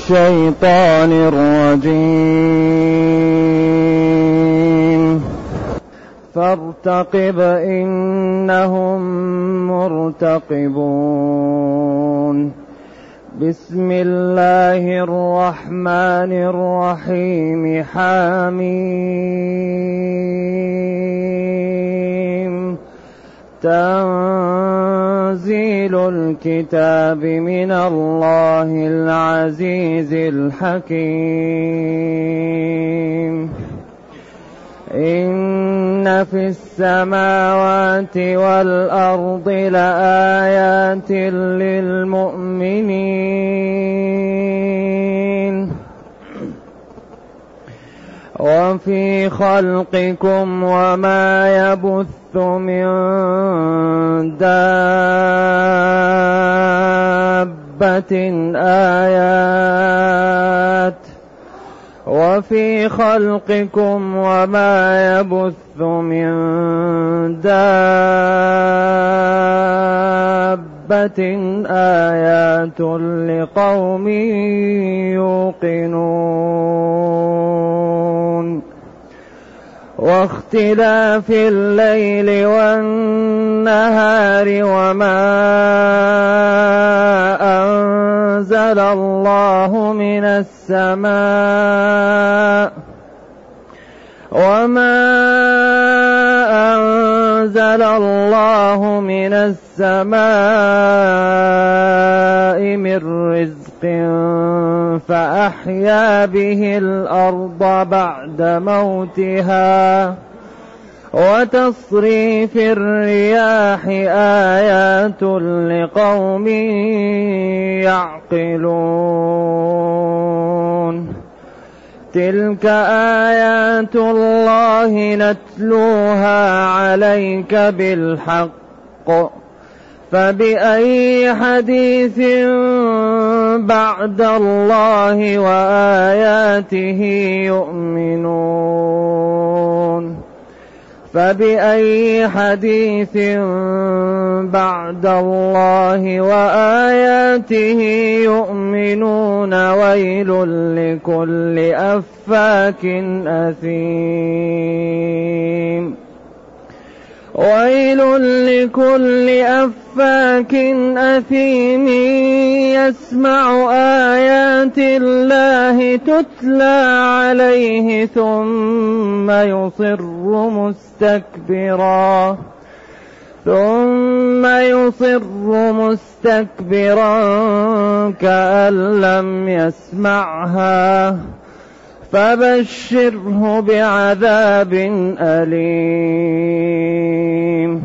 الشيطان الرجيم فارتقب إنهم مرتقبون بسم الله الرحمن الرحيم حميم تنزيل الكتاب من الله العزيز الحكيم إن في السماوات والأرض لآيات للمؤمنين وفي خلقكم وما يبث من دابة آيات وفي خلقكم وما يبث من دابة آيات لقوم يوقنون واختلاف الليل والنهار وما أنزل الله من السماء من رزق فأحيا به الأرض بعد موتها وتصريف الرياح آيات لقوم يعقلون تلك آيات الله نتلوها عليك بالحق فبأي حديث بعد الله وآياته يؤمنون فبأي حديث بعد الله وآياته يؤمنون ويل لكل أفاك أثيم ويل لكل أفاك أثيم يسمع آيات الله تتلى عليه ثم يصر مستكبرا كأن لم يسمعها فبشره بعذاب أليم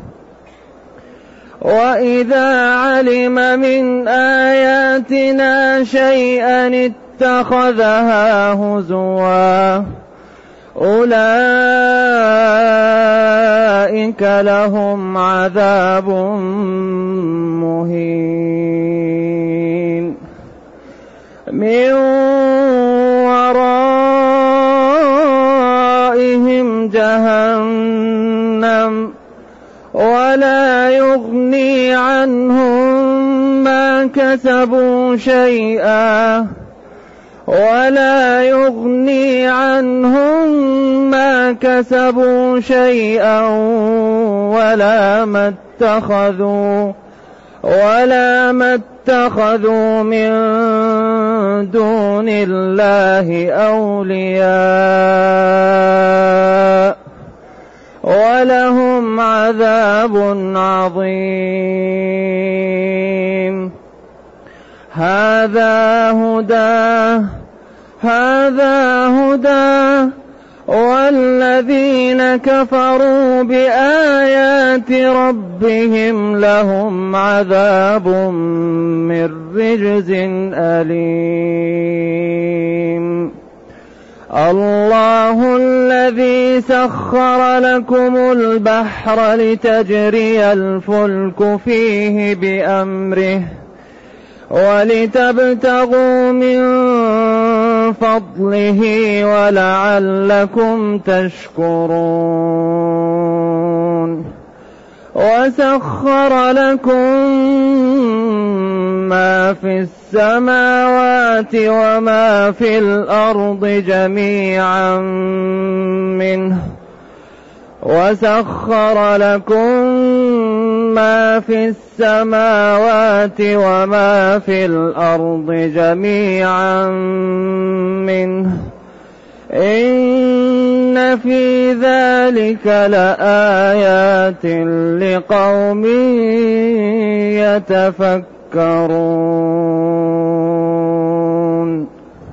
وإذا علم من آياتنا شيئا اتخذها هزوا أولئك لهم عذاب مهين من ورائهم جهنم ولا يغني عنهم ما كسبوا شيئا ولا ما اتخذوا من دون الله أولياء ولهم عذاب عظيم هذا هدى والذين كفروا بآيات ربهم لهم عذاب من رجز أليم الله الذي سخر لكم البحر لتجري الفلك فيه بأمره ولتبتغوا من فضله ولعلكم تشكرون وسخر لكم ما ما في السماوات وما في الأرض جميعا منه وسخر لكم ما في السماوات وما في الأرض جميعا منه إن في ذلك لآيات لقوم يتفكرون.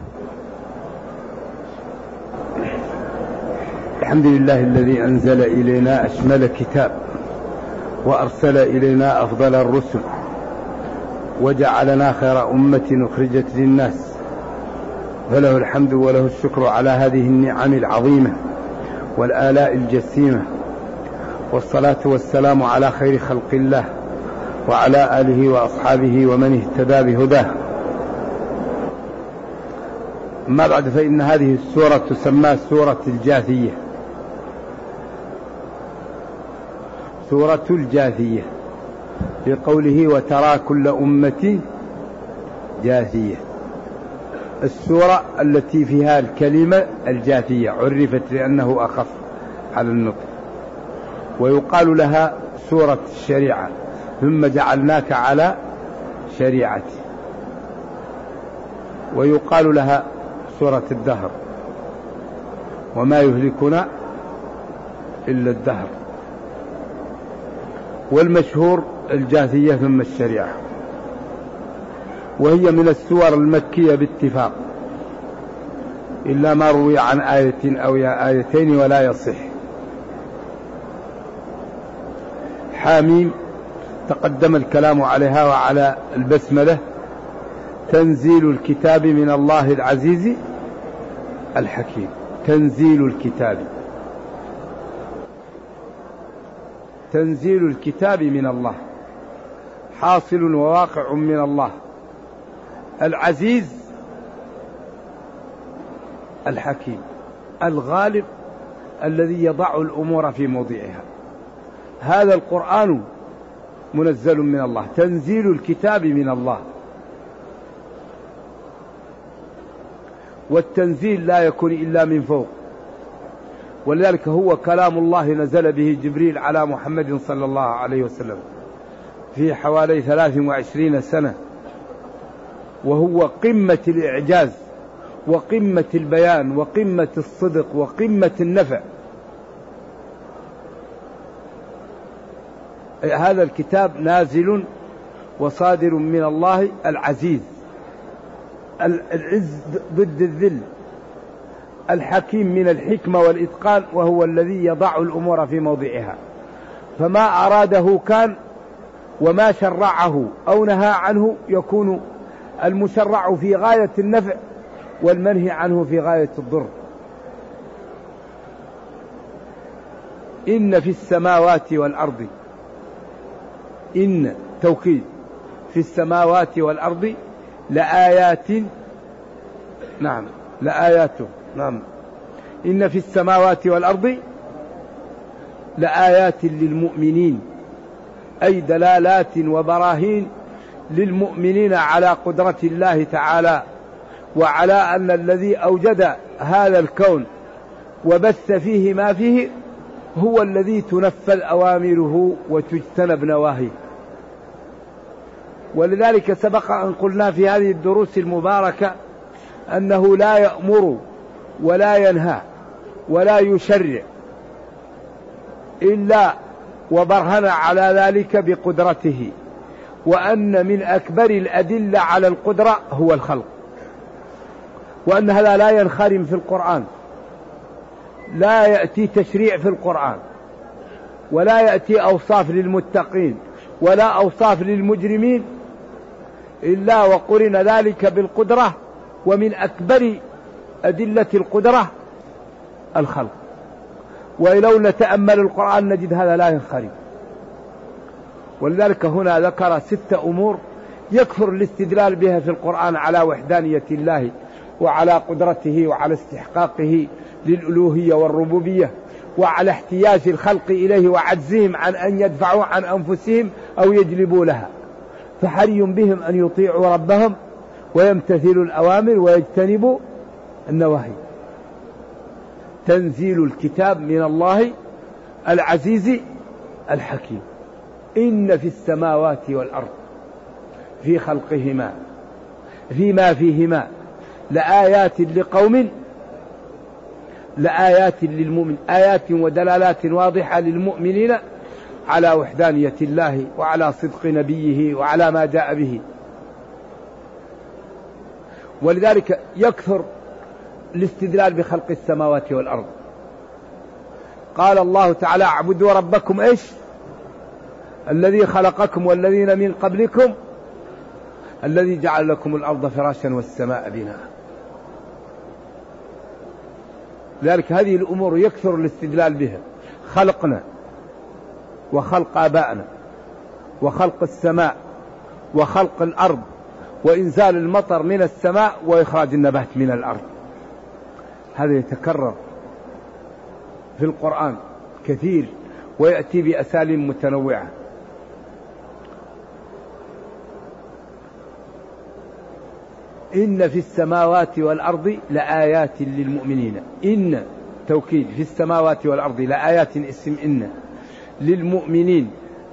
الحمد لله الذي أنزل إلينا أشمل كتاب وأرسل إلينا أفضل الرسل وجعلنا خير أمة أخرجت للناس، فله الحمد وله الشكر على هذه النعم العظيمة والآلاء الجسيمة، والصلاة والسلام على خير خلق الله وعلى آله وأصحابه ومن اهتدى بهداه. أما بعد، فإن هذه السورة تسمى سورة الجاثية، سورة الجاثية لقوله وترى كل أمة جاثية. السورة التي فيها الكلمة الجاثية عرفت لأنه أخف على النطق، ويقال لها سورة الشريعة، ثم جعلناك على شريعتي، ويقال لها سورة الدهر، وما يهلكنا إلا الدهر، والمشهور الجاثية ثم الشريعة. وهي من السور المكية باتفاق، إلا ما روي عن آية أو آيتين ولا يصح. حاميم تقدم الكلام عليها وعلى البسملة. تنزيل الكتاب من الله العزيز الحكيم. تنزيل الكتاب، تنزيل الكتاب من الله، حاصل وواقع من الله، العزيز الحكيم، الغالب الذي يضع الأمور في موضعها. هذا القرآن منزل من الله، تنزيل الكتاب من الله، والتنزيل لا يكون إلا من فوق، ولذلك هو كلام الله نزل به جبريل على محمد صلى الله عليه وسلم في حوالي 23 سنة، وهو قمة الإعجاز وقمة البيان وقمة الصدق وقمة النفع. هذا الكتاب نازل وصادر من الله العزيز، العز ضد الذل، الحكيم من الحكمة والإتقان، وهو الذي يضع الأمور في موضعها، فما أراده كان، وما شرعه أو نهى عنه يكون المشرع في غاية النفع والمنهي عنه في غاية الضر. إن في السماوات والأرض، إن توكيد، في السماوات والأرض لآيات، نعم لآيات، نعم إن في السماوات والأرض لآيات للمؤمنين، أي دلالات وبراهين للمؤمنين على قدرة الله تعالى، وعلى أن الذي أوجد هذا الكون وبث فيه ما فيه هو الذي تنفذ أوامره وتجتنب نواهيه. ولذلك سبق أن قلنا في هذه الدروس المباركة أنه لا يأمر ولا ينهى ولا يشرع إلا وبرهن على ذلك بقدرته، وأن من أكبر الأدلة على القدرة هو الخلق، وأن هذا لا ينخرم في القرآن، لا يأتي تشريع في القرآن، ولا يأتي أوصاف للمتقين ولا أوصاف للمجرمين إلا وقرن ذلك بالقدرة، ومن أكبر أدلة القدرة الخلق. ولو نتأمل القرآن نجد هذا لا ينخرم. ولذلك هنا ذكر 6 أمور يكثر الاستدلال بها في القرآن على وحدانية الله وعلى قدرته وعلى استحقاقه للألوهية والربوبية، وعلى احتياج الخلق إليه وعجزهم عن أن يدفعوا عن أنفسهم أو يجلبوا لها. فحري بهم أن يطيعوا ربهم ويمتثلوا الأوامر ويجتنبوا النواهي. تنزيل الكتاب من الله العزيز الحكيم. إن في السماوات والأرض في خلقهما فيما فيهما لآيات لقوم لآيات للمؤمن، آيات ودلالات واضحة للمؤمنين على وحدانية الله وعلى صدق نبيه وعلى ما جاء به. ولذلك يكثر الاستدلال بخلق السماوات والأرض. قال الله تعالى: اعبدوا ربكم إيش؟ الذي خلقكم والذين من قبلكم الذي جعل لكم الأرض فراشا والسماء بناء. لذلك هذه الأمور يكثر الاستدلال بها: خلقنا وخلق آبائنا وخلق السماء وخلق الأرض وإنزال المطر من السماء وإخراج النبات من الأرض. هذا يتكرر في القرآن كثير ويأتي بأساليب متنوعة. إن في السماوات والأرض لآيات للمؤمنين. إن توكيد، في السماوات والأرض لآيات، اسم إن للمؤمنين.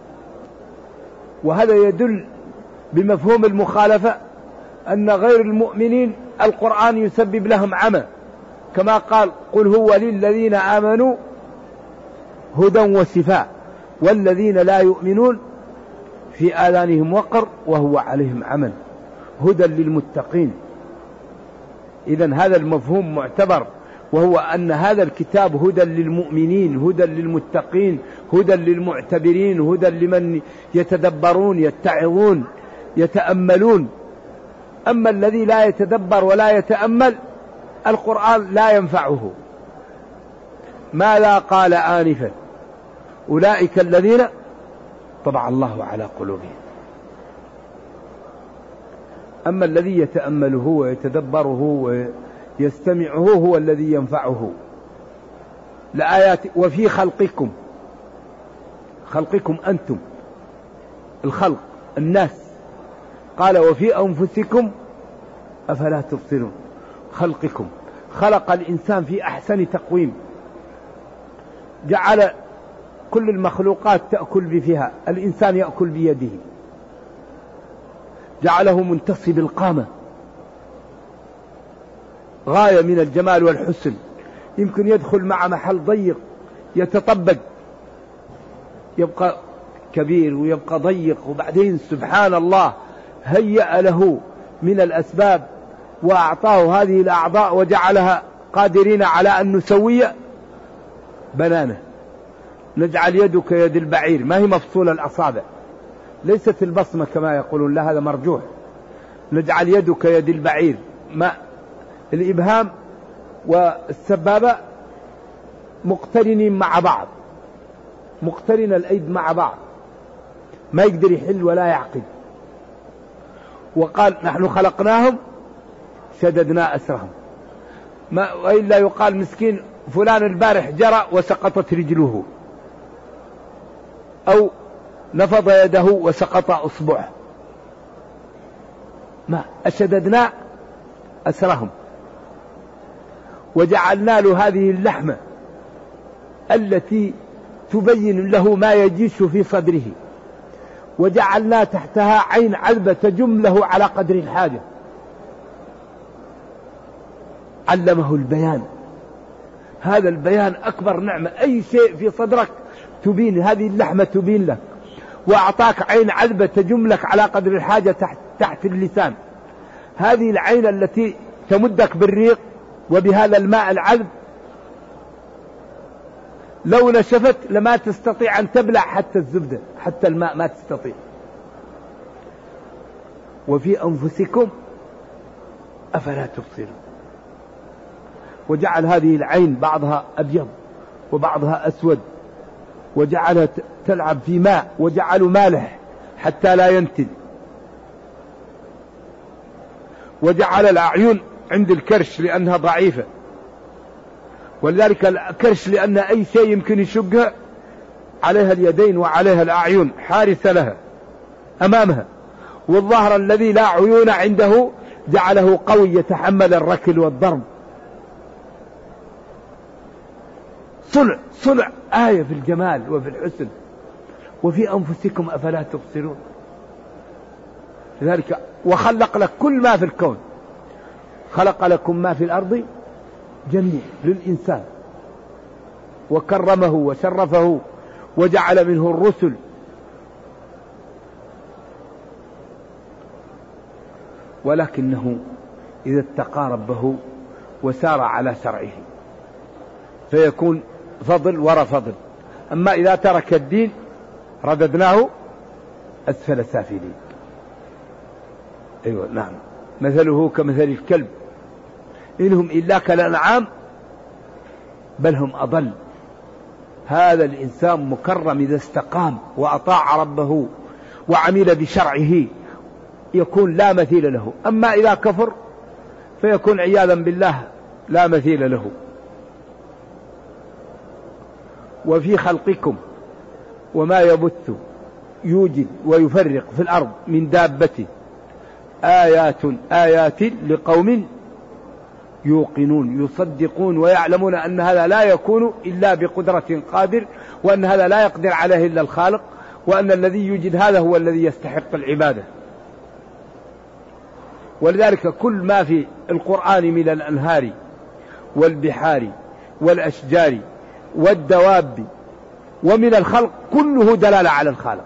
وهذا يدل بمفهوم المخالفة أن غير المؤمنين القرآن يسبب لهم عمى، كما قال: قل هو للذين آمنوا هدى وشفاء والذين لا يؤمنون في آذانهم وقر وهو عليهم عمى هدى للمتقين. إذن هذا المفهوم معتبر، وهو أن هذا الكتاب هدى للمؤمنين، هدى للمتقين، هدى للمعتبرين، هدى لمن يتدبرون يتعظون يتأملون. أما الذي لا يتدبر ولا يتأمل القرآن لا ينفعه. ماذا قال آنفا؟ أولئك الذين طبع الله على قلوبهم. أما الذي يتأمله ويتدبره ويستمعه هو الذي ينفعه. لآيات وفي خلقكم، خلقكم أنتم الخلق الناس. قال: وفي أنفسكم أفلا تبصرون. خلقكم، خلق الإنسان في أحسن تقويم، جعل كل المخلوقات تأكل بفيها، الإنسان يأكل بيده، جعله منتصب القامة، غاية من الجمال والحسن. يمكن يدخل مع محل ضيق يتطبق، يبقى كبير ويبقى ضيق، وبعدين سبحان الله هيأ له من الأسباب وأعطاه هذه الأعضاء وجعلها قادرين على أن نسوي بنانه. نجعل يدك يد البعير، ما هي مفصولة الأصابع، ليست البصمة كما يقولون، لا هذا مرجوح. نجعل يدك يد البعير، ما الإبهام والسبابة مقترنين مع بعض، مقترن الأيد مع بعض، ما يقدر يحل ولا يعقد. وقال: نحن خلقناهم شددنا أسرهم. ما وإلا يقال مسكين فلان البارح جرى وسقطت رجله، أو نفض يده وسقط أصبعه. ما أشددنا أسرهم وجعلنا له هذه اللحمة التي تبين له ما يجيش في صدره، وجعلنا تحتها عين عذبة تجم له على قدر الحاجة. علمه البيان. هذا البيان أكبر نعمة. أي شيء في صدرك تبين، هذه اللحمة تبين لك. وأعطاك عين عذبة تجم لك على قدر الحاجة تحت اللسان. هذه العين التي تمدك بالريق وبهذا الماء العذب، لو نشفت لما تستطيع أن تبلع حتى الزبدة، حتى الماء ما تستطيع. وفي أنفسكم أفلا تبصرون. وجعل هذه العين بعضها أبيض وبعضها أسود، وجعلها تلعب في ماء، وجعلوا مالح حتى لا ينتن. وجعل الأعين عند الكرش لأنها ضعيفة، ولذلك الكرش لأن أي شيء يمكن يشقها عليها اليدين وعليها الأعين حارسة لها أمامها. والظهر الذي لا عيون عنده جعله قوي يتحمل الركل والضرب. صنع آية في الجمال وفي الحسن. وفي أنفسكم أفلا تبصرون. لذلك وخلق لك كل ما في الكون، خلق لكم ما في الأرض جميع للإنسان، وكرمه وشرفه وجعل منه الرسل. ولكنه إذا اتقى ربه وسار على شرعه فيكون فضل وراء فضل. أما إذا ترك الدين رددناه أسفل سافلين. أيوة نعم، مثله كمثل الكلب إنهم إلا كالأنعام بل هم أضل. هذا الإنسان مكرم إذا استقام وأطاع ربه وعمل بشرعه يكون لا مثيل له. أما إذا كفر فيكون عياذا بالله لا مثيل له. وفي خلقكم وما يبث يوجد ويفرق في الأرض من دابة آيات لقوم يوقنون يصدقون ويعلمون أن هذا لا يكون إلا بقدرة قادر، وأن هذا لا يقدر عليه إلا الخالق، وأن الذي يوجد هذا هو الذي يستحق العبادة. ولذلك كل ما في القرآن من الأنهار والبحار والأشجار والدواب ومن الخلق كله دلالة على الخالق.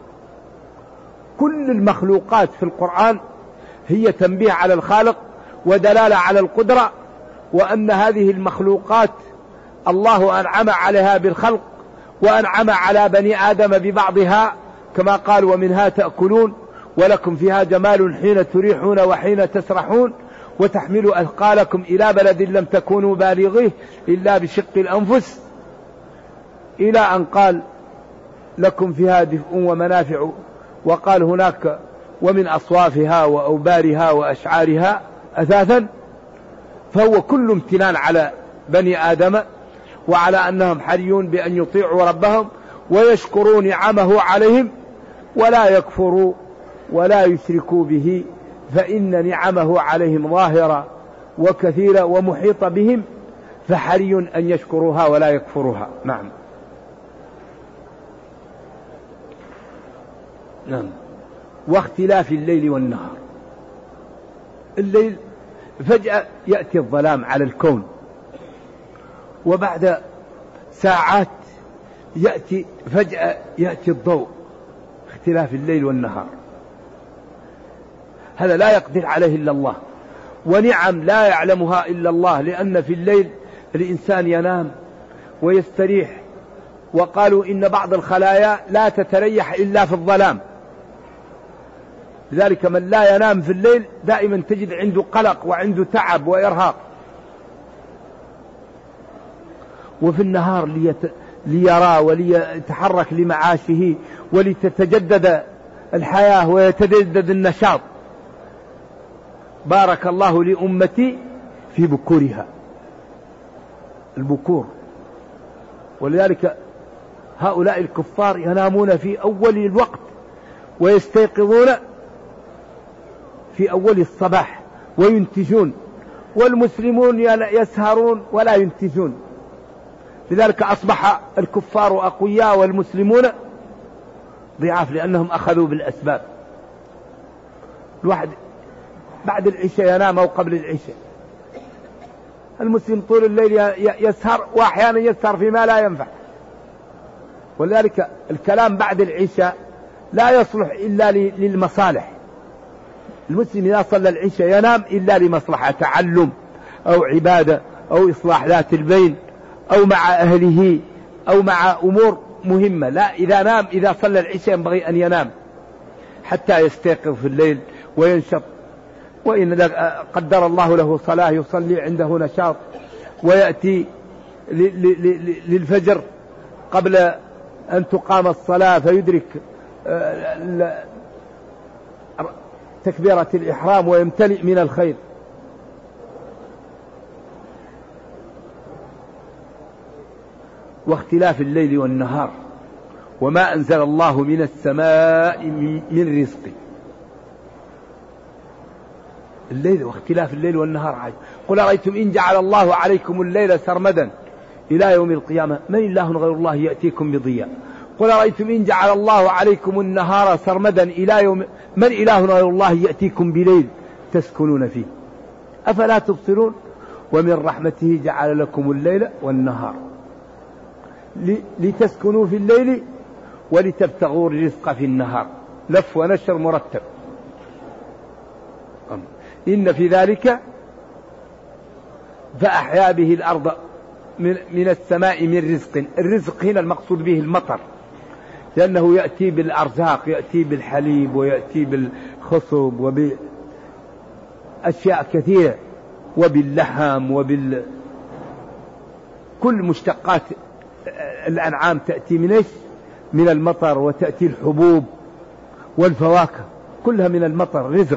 كل المخلوقات في القرآن هي تنبيه على الخالق ودلالة على القدرة، وأن هذه المخلوقات الله أنعم عليها بالخلق، وأنعم على بني آدم ببعضها كما قال ومنها تأكلون ولكم فيها جمال حين تريحون وحين تسرحون وتحملوا أثقالكم إلى بلد لم تكونوا بالغيه إلا بشق الأنفس، إلى أن قال لكم فيها دفء ومنافع، وقال هناك ومن أصوافها وأوبارها وأشعارها أثاثا. فهو كل امتنان على بني آدم وعلى أنهم حريون بأن يطيعوا ربهم ويشكروا نعمه عليهم ولا يكفروا ولا يشركوا به، فإن نعمه عليهم ظاهرة وكثيرة ومحيطة بهم، فحري أن يشكروها ولا يكفروها. نعم. نعم. واختلاف الليل والنهار. الليل فجأة يأتي الظلام على الكون، وبعد ساعات فجأة يأتي الضوء. اختلاف الليل والنهار هذا لا يقدر عليه إلا الله، ونعم لا يعلمها إلا الله، لأن في الليل الإنسان ينام ويستريح، وقالوا إن بعض الخلايا لا تتريح إلا في الظلام. لذلك من لا ينام في الليل دائما تجد عنده قلق وعنده تعب وإرهاق. وفي النهار ليرى وليتحرك لمعاشه ولتتجدد الحياة ويتجدد النشاط. بارك الله لأمتي في بكورها، البكور. ولذلك هؤلاء الكفار ينامون في أول الوقت ويستيقظون في أول الصباح وينتجون، والمسلمون يسهرون ولا ينتجون. لذلك أصبح الكفار أقوياء والمسلمون ضعاف، لأنهم أخذوا بالأسباب. الواحد بعد العشاء ينام أو قبل العشاء. المسلم طول الليل يسهر، وأحيانا يسهر فيما لا ينفع. ولذلك الكلام بعد العشاء لا يصلح إلا للمصالح. المسلم إذا صلى العشاء ينام إلا لمصلحة تعلم أو عبادة أو إصلاح ذات البين أو مع أهله أو مع أمور مهمة. لا، إذا صلى العشاء ينبغي أن ينام حتى يستيقظ في الليل وينشط. وإن قدر الله له صلاة يصلي عنده نشاط، ويأتي للفجر قبل أن تقام الصلاة فيدرك تكبيرة الإحرام ويمتلئ من الخير. واختلاف الليل والنهار وما أنزل الله من السماء من رزق. الليل واختلاف الليل والنهار عجب. قل أرأيتم إن جعل الله عليكم الليل سرمدا إلى يوم القيامة من إله غير الله يأتيكم بضياء. قل أرأيتم إن جعل الله عليكم النهار سرمدا إلى يوم من إله غير الله يأتيكم بليل تسكنون فيه أفلا تبصرون. ومن رحمته جعل لكم الليل والنهار لتسكنوا في الليل ولتبتغوا الرزق في النهار. لف ونشر مرتب. إن في ذلك فأحيا به الأرض من السماء من رزق. الرزق هنا المقصود به المطر، لأنه يأتي بالأرزاق، يأتي بالحليب ويأتي بالخصب وبأشياء كثيرة وباللحم كل مشتقات الأنعام تأتي من إيش؟ من المطر. وتأتي الحبوب والفواكه كلها من المطر رزق.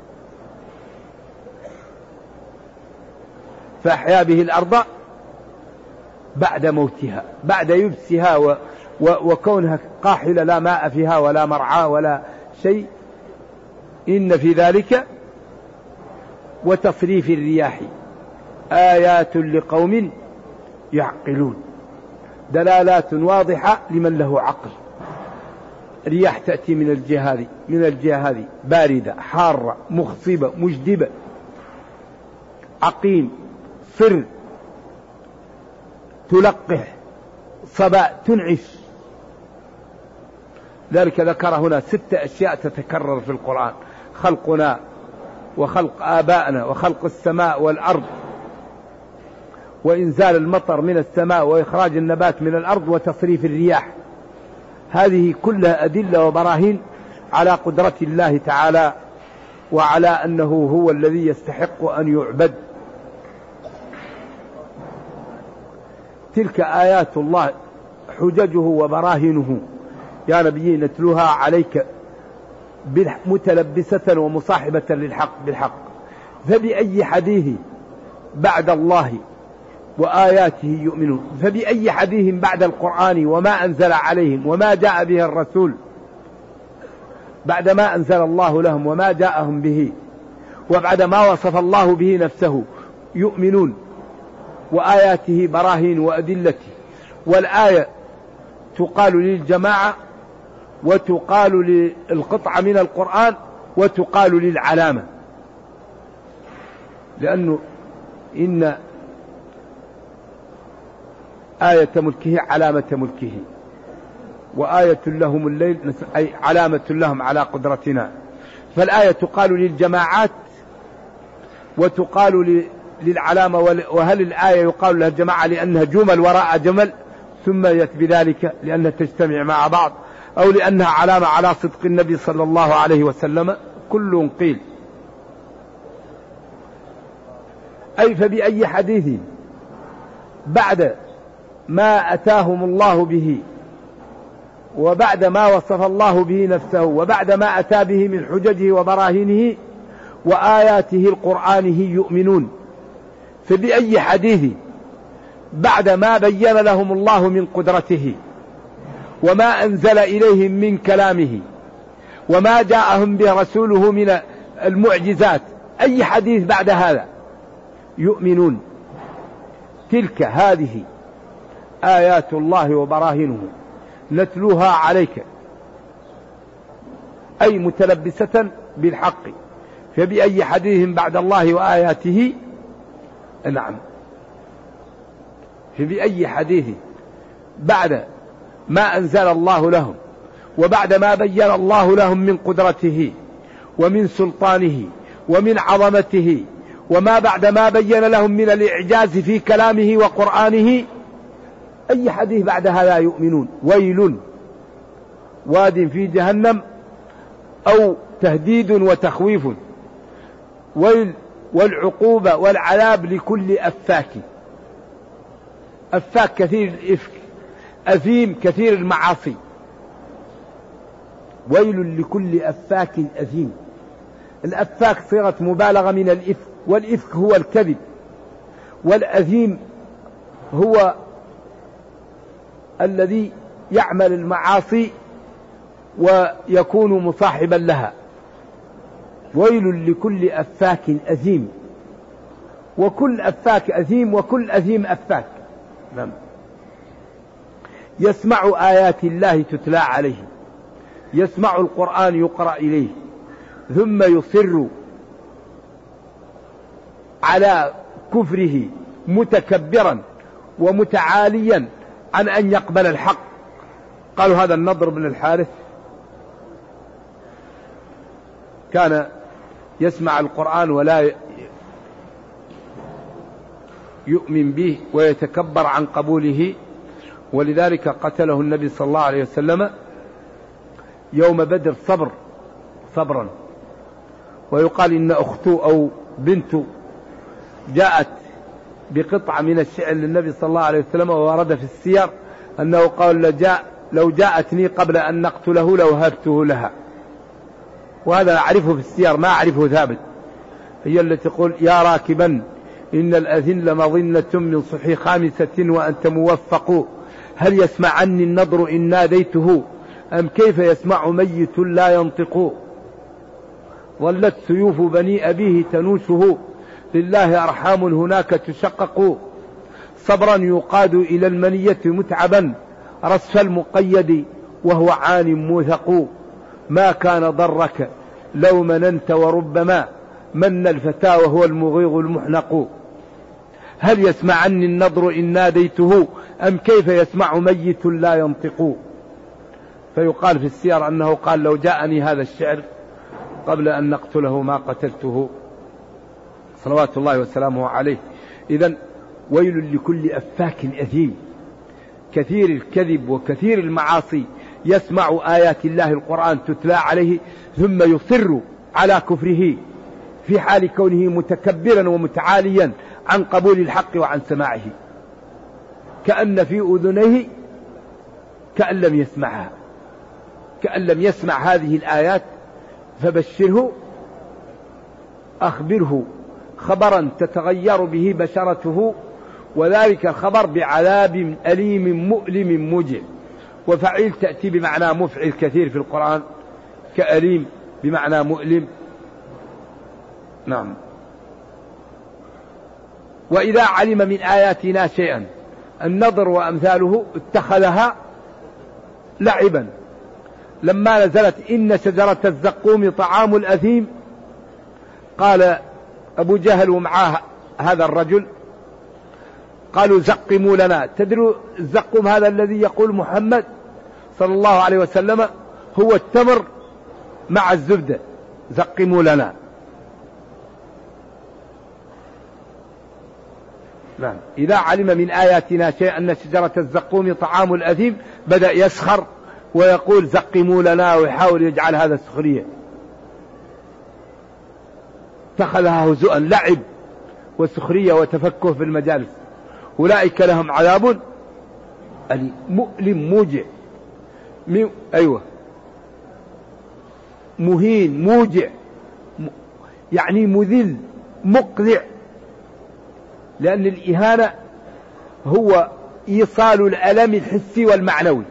فأحيا به الأرض بعد موتها، بعد يبسها وكونها قاحلة لا ماء فيها ولا مرعى ولا شيء. إن في ذلك وتصريف الرياح آيات لقوم يعقلون. دلالات واضحة لمن له عقل. رياح تأتي من الجهة هذه باردة حارة مخصبة مجدبة عقيم صر تلقح صباء تنعش. ذلك ذكر هنا 6 أشياء تتكرر في القرآن: خلقنا وخلق آبائنا وخلق السماء والأرض وإنزال المطر من السماء وإخراج النبات من الأرض وتصريف الرياح. هذه كلها أدلة وبراهين على قدرة الله تعالى وعلى أنه هو الذي يستحق أن يعبد. تلك آيات الله حججه وبراهينه يا نبي نتلوها عليك متلبسة ومصاحبة للحق بالحق. فبأي حديث بعد الله وآياته يؤمنون؟ فبأي حديث بعد القرآن وما أنزل عليهم وما جاء به الرسول بعد ما أنزل الله لهم وما جاءهم به وبعد ما وصف الله به نفسه يؤمنون؟ وآياته براهين وأدلته. والآية تقال للجماعة وتقال للقطعة من القرآن وتقال للعلامة، لأنه إن آية ملكه علامة ملكه وآية لهم الليل أي علامة لهم على قدرتنا. فالآية تقال للجماعات وتقال للعلامة. وهل الآية يقال لها الجماعة لأنها جمل وراء جمل سميت بذلك لأنها تجتمع مع بعض، أو لأنها علامة على صدق النبي صلى الله عليه وسلم؟ كل قيل. أي فبأي حديث بعد ما أتاهم الله به وبعد ما وصف الله به نفسه وبعد ما أتى به من حججه وبراهينه وآياته القرآنه يؤمنون؟ فبأي حديث بعد ما بين لهم الله من قدرته وما أنزل إليهم من كلامه وما جاءهم به رسوله من المعجزات، أي حديث بعد هذا يؤمنون؟ تلك هذه آيات الله وبراهينه نتلوها عليك أي متلبسة بالحق. فبأي حديث بعد الله وآياته؟ نعم، فبأي حديث بعد ما أنزل الله لهم وبعد ما بين الله لهم من قدرته ومن سلطانه ومن عظمته وما بعد ما بين لهم من الإعجاز في كلامه وقرآنه، أي حديث بعد هذا يؤمنون؟ ويل واد في جهنم أو تهديد وتخويف. ويل والعقوبة والعذاب لكل أفاك. أفاك كثير الإفك، أثيم كثير المعاصي. ويل لكل أفاك أثيم. الأفاك صيغة مبالغة من الإفك، والإفك هو الكذب، والأثيم هو الذي يعمل المعاصي ويكون مصاحبا لها. ويل لكل أفاك أثيم، وكل أفاك أثيم وكل أثيم أفاك. نعم. يسمع آيات الله تتلى عليه، يسمع القرآن يقرأ إليه، ثم يصر على كفره متكبرا ومتعاليا عن أن يقبل الحق. قالوا هذا النضر بن الحارث كان يسمع القرآن ولا يؤمن به ويتكبر عن قبوله، ولذلك قتله النبي صلى الله عليه وسلم يوم بدر صبرا. ويقال إن أخته أو بنته جاءت بقطعة من الشعر للنبي صلى الله عليه وسلم، وورد في السير أنه قال لو جاءتني قبل أن نقتله لوهبته لها. وهذا أعرفه في السير ما أعرفه ثابت. هي التي تقول: يا راكبا إن الأذل مظنة من صحي خامسة وأنت موفق، هل يسمعني النضر إن ناديته أم كيف يسمع ميت لا ينطق؟ ظلت سيوف بني أبيه تنوشه، لله أرحام هناك تشقق. صبرا يقاد إلى المنية متعبا، رصف المقيد وهو عان موثق. ما كان ضرك لو مننت وربما من الفتى وهو المغيظ المحنق. هل يسمعني النضر إن ناديته أم كيف يسمع ميت لا ينطق؟ فيقال في السير أنه قال: لو جاءني هذا الشعر قبل أن نقتله ما قتلته، صلوات الله وسلامه عليه. إذن ويل لكل أفاك أثيم، كثير الكذب وكثير المعاصي، يسمع آيات الله القرآن تتلى عليه ثم يصر على كفره في حال كونه متكبرا ومتعاليا عن قبول الحق وعن سماعه، كأن في أذنيه كأن لم يسمعها، كأن لم يسمع هذه الآيات. فبشره، أخبره خبرا تتغير به بشرته، وذلك الخبر بعذاب أليم مؤلم موجع. وفعيل تأتي بمعنى مفعل كثير في القرآن، كأليم بمعنى مؤلم. نعم. وإذا علم من آياتنا شيئا، النضر وأمثاله اتخذها لعبا. لما نزلت إن شجرة الزقوم طعام الأثيم، قال أبو جهل ومعاه هذا الرجل، قالوا: زقموا لنا. تدروا الزقوم هذا الذي يقول محمد صلى الله عليه وسلم هو التمر مع الزبدة، زقموا لنا. نعم. إذا علم من آياتنا شيئا أن شجرة الزقوم طعام الأثيم، بدأ يسخر ويقول: زقموا لنا، ويحاول يجعل هذا سخرية. اتخذها هزؤا، لعب وسخرية وتفكه في المجالس. أولئك لهم عذاب مؤلم موجع، مهين موجع، يعني مذل مقذع. لأن الإهانة هو إيصال الألم الحسي والمعنوي،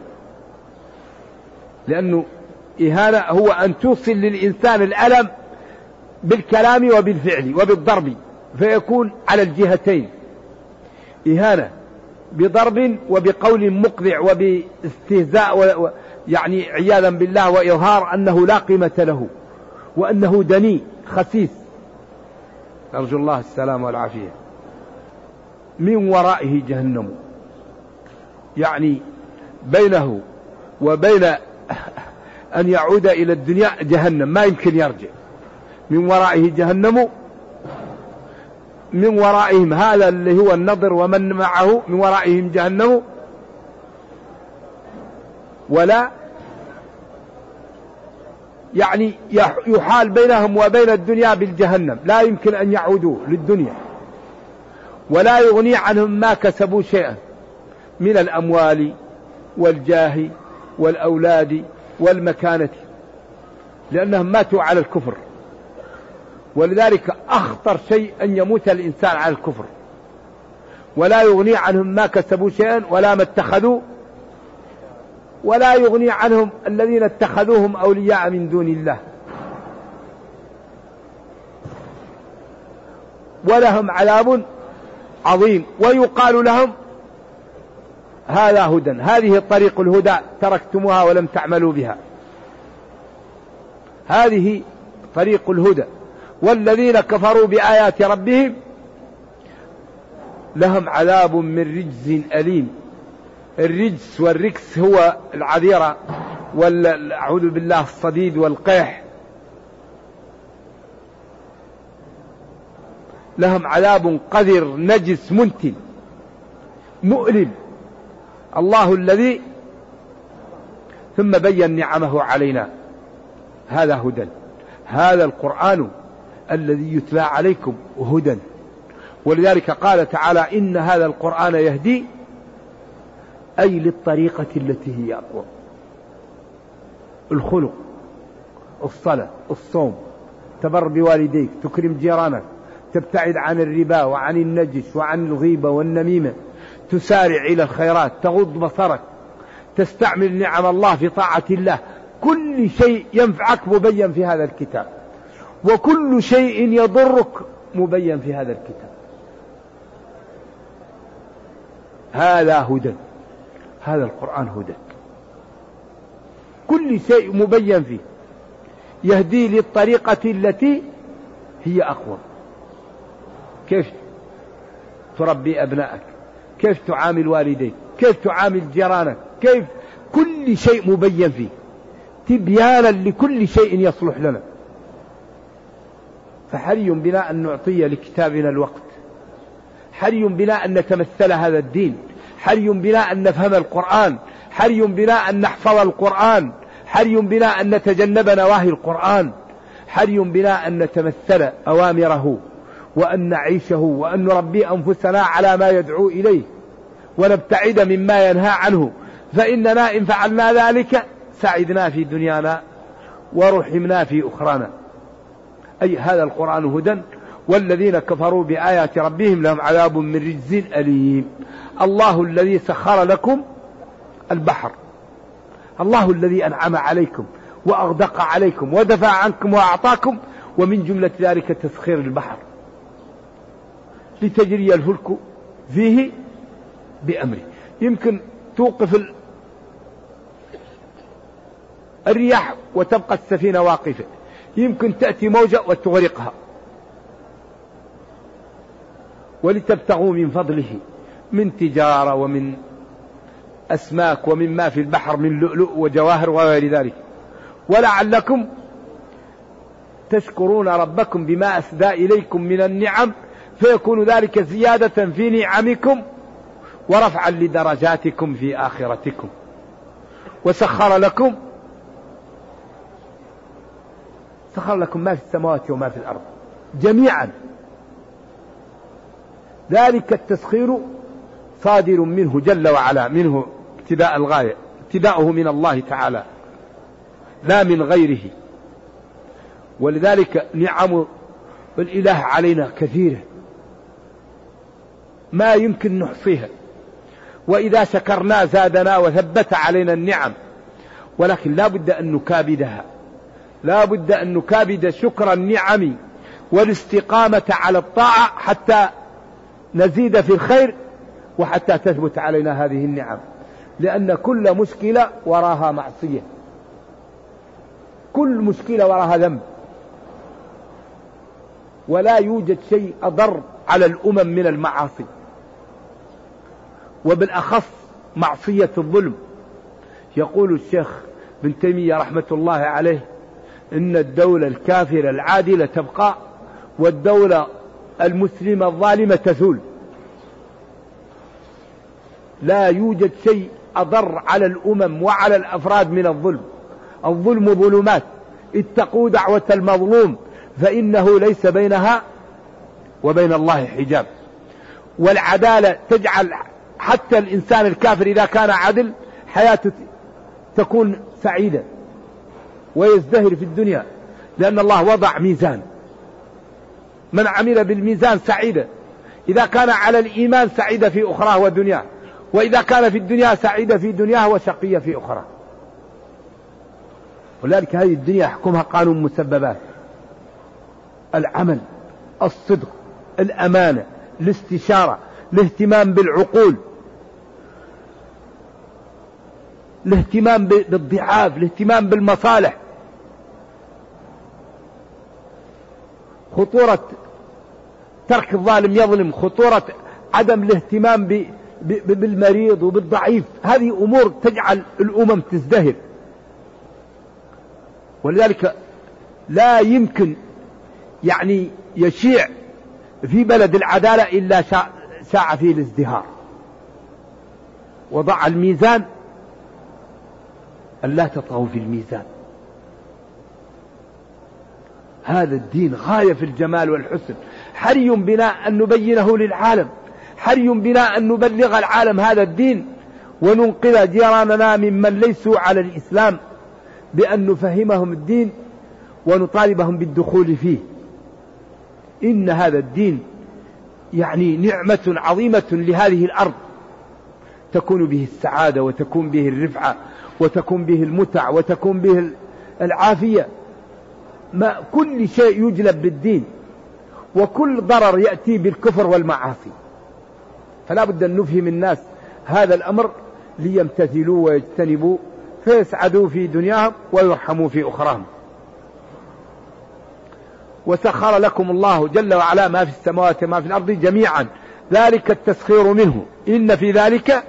لأنه إهانة هو أن توصل للإنسان الألم بالكلام وبالفعل وبالضرب، فيكون على الجهتين، إهانة بضرب وبقول مقذع وباستهزاء يعني عياذا بالله، وإظهار أنه لا قيمة له وأنه دني خسيس، نرجو الله السلام والعافية. من ورائه جهنم، يعني بينه وبين أن يعود إلى الدنيا جهنم، ما يمكن يرجع. من ورائه جهنم، من ورائهم هذا اللي هو النضر ومن معه، من ورائهم جهنم، ولا يعني يحال بينهم وبين الدنيا بالجهنم، لا يمكن أن يعودوا للدنيا، ولا يغني عنهم ما كسبوا شيئا من الأموال والجاه والأولاد والمكانة، لأنهم ماتوا على الكفر. ولذلك أخطر شيء أن يموت الإنسان على الكفر. ولا يغني عنهم ما كسبوا شيئا ولا ما اتخذوا، ولا يغني عنهم الذين اتخذوهم أولياء من دون الله. ولهم عذاب عظيم. ويقال لهم هذا هدى، هذه طريق الهدى تركتموها ولم تعملوا بها، هذه طريق الهدى. والذين كفروا بآيات ربهم لهم عذاب من رجز أليم. الرجس والركس هو العذيرة أعوذ بالله الصديد والقيح. لهم عذاب قذر نجس منتن مؤلم. الله الذي ثم بين نعمه علينا. هذا هدى، هذا القرآن الذي يتلى عليكم هدى. ولذلك قال تعالى إن هذا القرآن يهدي أي للطريقة التي هي أقوى. الخلق، الصلاة، الصوم، تبر بوالديك، تكرم جيرانك، تبتعد عن الربا وعن النجس وعن الغيبة والنميمة، تسارع إلى الخيرات، تغض بصرك، تستعمل نعم الله في طاعة الله. كل شيء ينفعك مبين في هذا الكتاب، وكل شيء يضرك مبين في هذا الكتاب. هذا هدى، هذا القرآن هدى، كل شيء مبين فيه، يهدي للطريقة التي هي أقوى. كيف تربي أبنائك، كيف تعامل والديك، كيف تعامل جيرانك، كيف، كل شيء مبين فيه تبيانا لكل شيء يصلح لنا. فحري بنا أن نعطي لكتابنا الوقت، حري بنا أن نتمثل هذا الدين، حري بنا أن نفهم القرآن، حري بنا أن نحفظ القرآن، حري بنا أن نتجنب نواهي القرآن، حري بنا أن نتمثل أوامره وأن نعيشه، وأن نربي أنفسنا على ما يدعو إليه ونبتعد مما ينهى عنه. فإننا إن فعلنا ذلك سعدنا في دنيانا ورحمنا في أخرانا. أي هذا القرآن هدى. والذين كفروا بآيات ربهم لهم عذاب من رجز أليم. الله الذي سخر لكم البحر، الله الذي أنعم عليكم وأغدق عليكم ودفع عنكم وأعطاكم، ومن جملة ذلك تسخير البحر لتجري الفلك فيه بأمره. يمكن توقف الرياح وتبقى السفينة واقفة، يمكن تأتي موجة وتغرقها، ولتبتغوا من فضله من تجارة ومن أسماك ومما في البحر من لؤلؤ وجواهر وغير ذلك، ولعلكم تشكرون ربكم بما أسدى إليكم من النعم، فيكون ذلك زيادة في نعمكم ورفعا لدرجاتكم في آخرتكم. وسخر لكم ما في السماوات وما في الأرض جميعا. ذلك التسخير صادر منه جل وعلا، منه ابتداء الغاية، ابتداؤه من الله تعالى لا من غيره. ولذلك نعم الإله علينا كثيرة ما يمكن نحصيها، وإذا شكرنا زادنا وثبت علينا النعم. ولكن لا بد أن نكابدها، لا بد أن نكابد شكر النعم والاستقامة على الطاعة حتى نزيد في الخير وحتى تثبت علينا هذه النعم. لأن كل مشكلة وراها معصية، كل مشكلة وراها ذنب، ولا يوجد شيء أضر على الأمم من المعاصي، وبالأخص معصية الظلم. يقول الشيخ ابن تيمية رحمة الله عليه إن الدولة الكافرة العادلة تبقى، والدولة المسلمة الظالمة تزول. لا يوجد شيء أضر على الأمم وعلى الأفراد من الظلم. الظلم ظلمات، اتقوا دعوة المظلوم فإنه ليس بينها وبين الله حجاب. والعدالة تجعل حتى الإنسان الكافر إذا كان عدل حياته تكون سعيدة ويزدهر في الدنيا، لأن الله وضع ميزان، من عمل بالميزان سعيدة. إذا كان على الإيمان سعيدة في أخراه ودنياه، وإذا كان في الدنيا سعيدة في دنياه وشقية في أخرى. ولذلك هذه الدنيا يحكمها قانون مسببات: العمل، الصدق، الأمانة، الاستشارة، الاهتمام بالعقول، الاهتمام بالضعاف، الاهتمام بالمصالح. خطورة ترك الظالم يظلم، خطورة عدم الاهتمام بالمريض وبالضعيف، هذه أمور تجعل الأمم تزدهر. ولذلك لا يمكن يعني يشيع في بلد العدالة إلا شاع فيه الازدهار. وضع الميزان ألا تطغوا في الميزان. هذا الدين غاية في الجمال والحسن، حري بنا أن نبينه للعالم، حري بنا أن نبلغ العالم هذا الدين، وننقذ جيراننا ممن ليسوا على الإسلام بأن نفهمهم الدين ونطالبهم بالدخول فيه. إن هذا الدين يعني نعمة عظيمة لهذه الأرض، تكون به السعادة، وتكون به الرفعة، وتكون به المتع، وتكون به العافية. ما كل شيء يجلب بالدين، وكل ضرر يأتي بالكفر والمعاصي. فلا بد أن نفهم الناس هذا الأمر ليمتثلوا ويجتنبوا، فيسعدوا في دنياهم ويرحموا في أخراهم. وسخر لكم الله جل وعلا ما في السماوات وما في الأرض جميعا، ذلك التسخير منه، إن في ذلك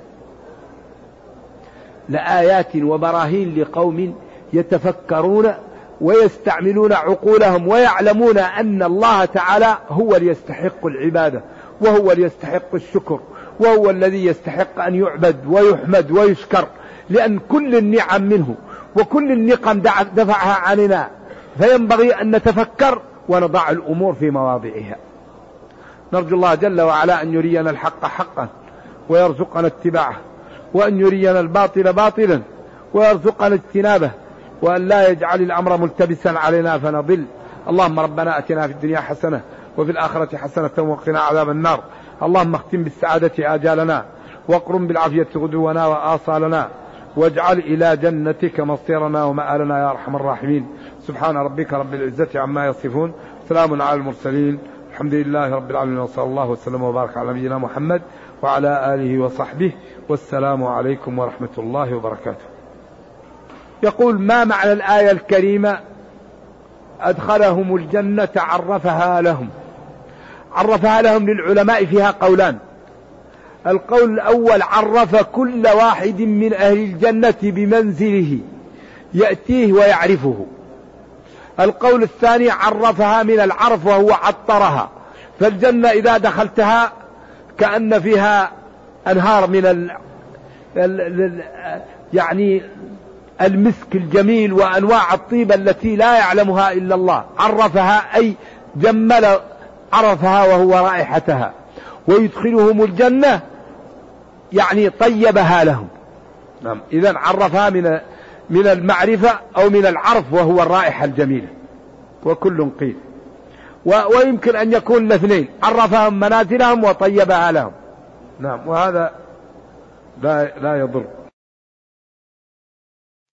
لآيات وبراهين لقوم يتفكرون ويستعملون عقولهم، ويعلمون أن الله تعالى هو اللي يستحق العبادة، وهو اللي يستحق الشكر، وهو الذي يستحق أن يعبد ويحمد ويشكر، لأن كل النعم منه، وكل النقم دفعها عننا. فينبغي أن نتفكر ونضع الأمور في مواضعها. نرجو الله جل وعلا أن يرينا الحق حقا ويرزقنا اتباعه، وأن يرينا الباطل باطلا ويرزقنا اجتنابه، وأن لا يجعل الأمر ملتبسا علينا فنضل. اللهم ربنا أتنا في الدنيا حسنة وفي الآخرة حسنة وقنا عذاب النار. اللهم اختم بالسعادة آجالنا، واقرم بالعافية غدونا وآصالنا، واجعل إلى جنتك مصيرنا ومآلنا يا أرحم الراحمين. سبحان ربك رب العزة عما يصفون، سلام على المرسلين، الحمد لله رب العالمين، وصلى الله وسلم وبارك على نبينا محمد وعلى آله وصحبه، والسلام عليكم ورحمة الله وبركاته. يقول: ما معنى الآية الكريمة أدخلهم الجنة عرفها لهم؟ عرفها لهم للعلماء فيها قولان. القول الأول: عرف كل واحد من أهل الجنة بمنزله يأتيه ويعرفه. القول الثاني: عرفها من العرف وهو عطرها، فالجنة إذا دخلتها كأن فيها أنهار من يعني المسك الجميل وأنواع الطيب التي لا يعلمها إلا الله. عرفها أي جمل عرفها وهو رائحتها، ويدخلهم الجنة يعني طيبها لهم. نعم، إذن عرفها من المعرفة أو من العرف وهو الرائحة الجميلة، وكل قيل. ويمكن أن يكون الاثنين، عرفهم منازلهم وطيبها لهم. نعم، وهذا لا يضر.